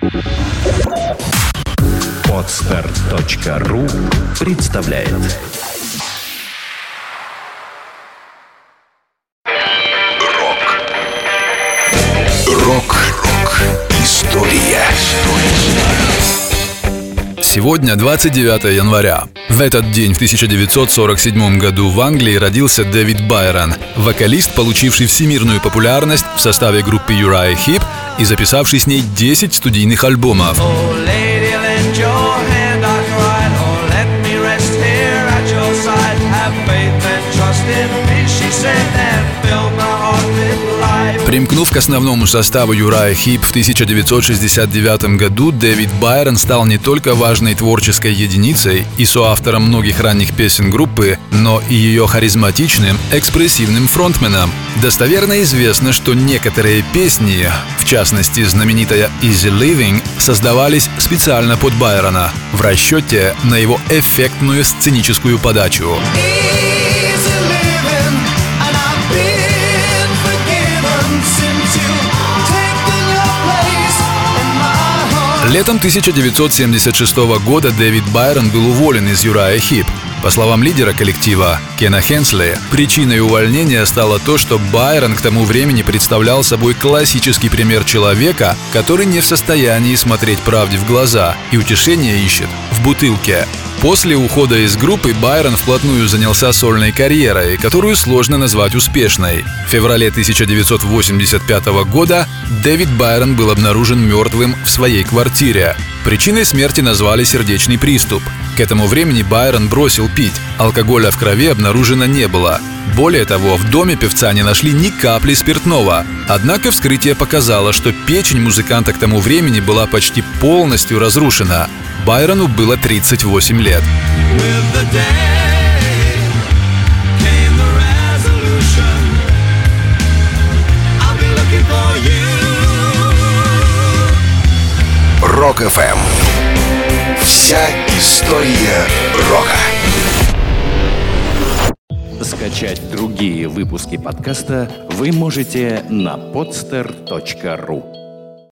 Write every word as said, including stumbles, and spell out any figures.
Подстер точка ру представляет. Рок. Рок. История. Сегодня двадцать девятое января. В этот день в тысяча девятьсот сорок седьмом году в Англии родился Дэвид Байрон, вокалист, получивший всемирную популярность в составе группы Uriah Heep и записавший с ней десять студийных альбомов. Примкнув к основному составу Uriah Heep в тысяча девятьсот шестьдесят девятом году, Дэвид Байрон стал не только важной творческой единицей и соавтором многих ранних песен группы, но и ее харизматичным, экспрессивным фронтменом. Достоверно известно, что некоторые песни, в частности знаменитая «Easy Living», создавались специально под Байрона в расчете на его эффектную сценическую подачу. Летом тысяча девятьсот семьдесят шестого года Дэвид Байрон был уволен из Uriah Heep. По словам лидера коллектива Кена Хенсли, причиной увольнения стало то, что Байрон к тому времени представлял собой классический пример человека, который не в состоянии смотреть правде в глаза и утешение ищет в бутылке. После ухода из группы Байрон вплотную занялся сольной карьерой, которую сложно назвать успешной. В феврале тысяча девятьсот восемьдесят пятого года Дэвид Байрон был обнаружен мертвым в своей квартире. Причиной смерти назвали сердечный приступ. К этому времени Байрон бросил пить, алкоголя в крови обнаружено не было. Более того, в доме певца не нашли ни капли спиртного. Однако вскрытие показало, что печень музыканта к тому времени была почти полностью разрушена. Байрону было тридцать восемь лет. Рок-эф эм. Вся история рока. Скачать другие выпуски подкаста вы можете на подстер точка ру.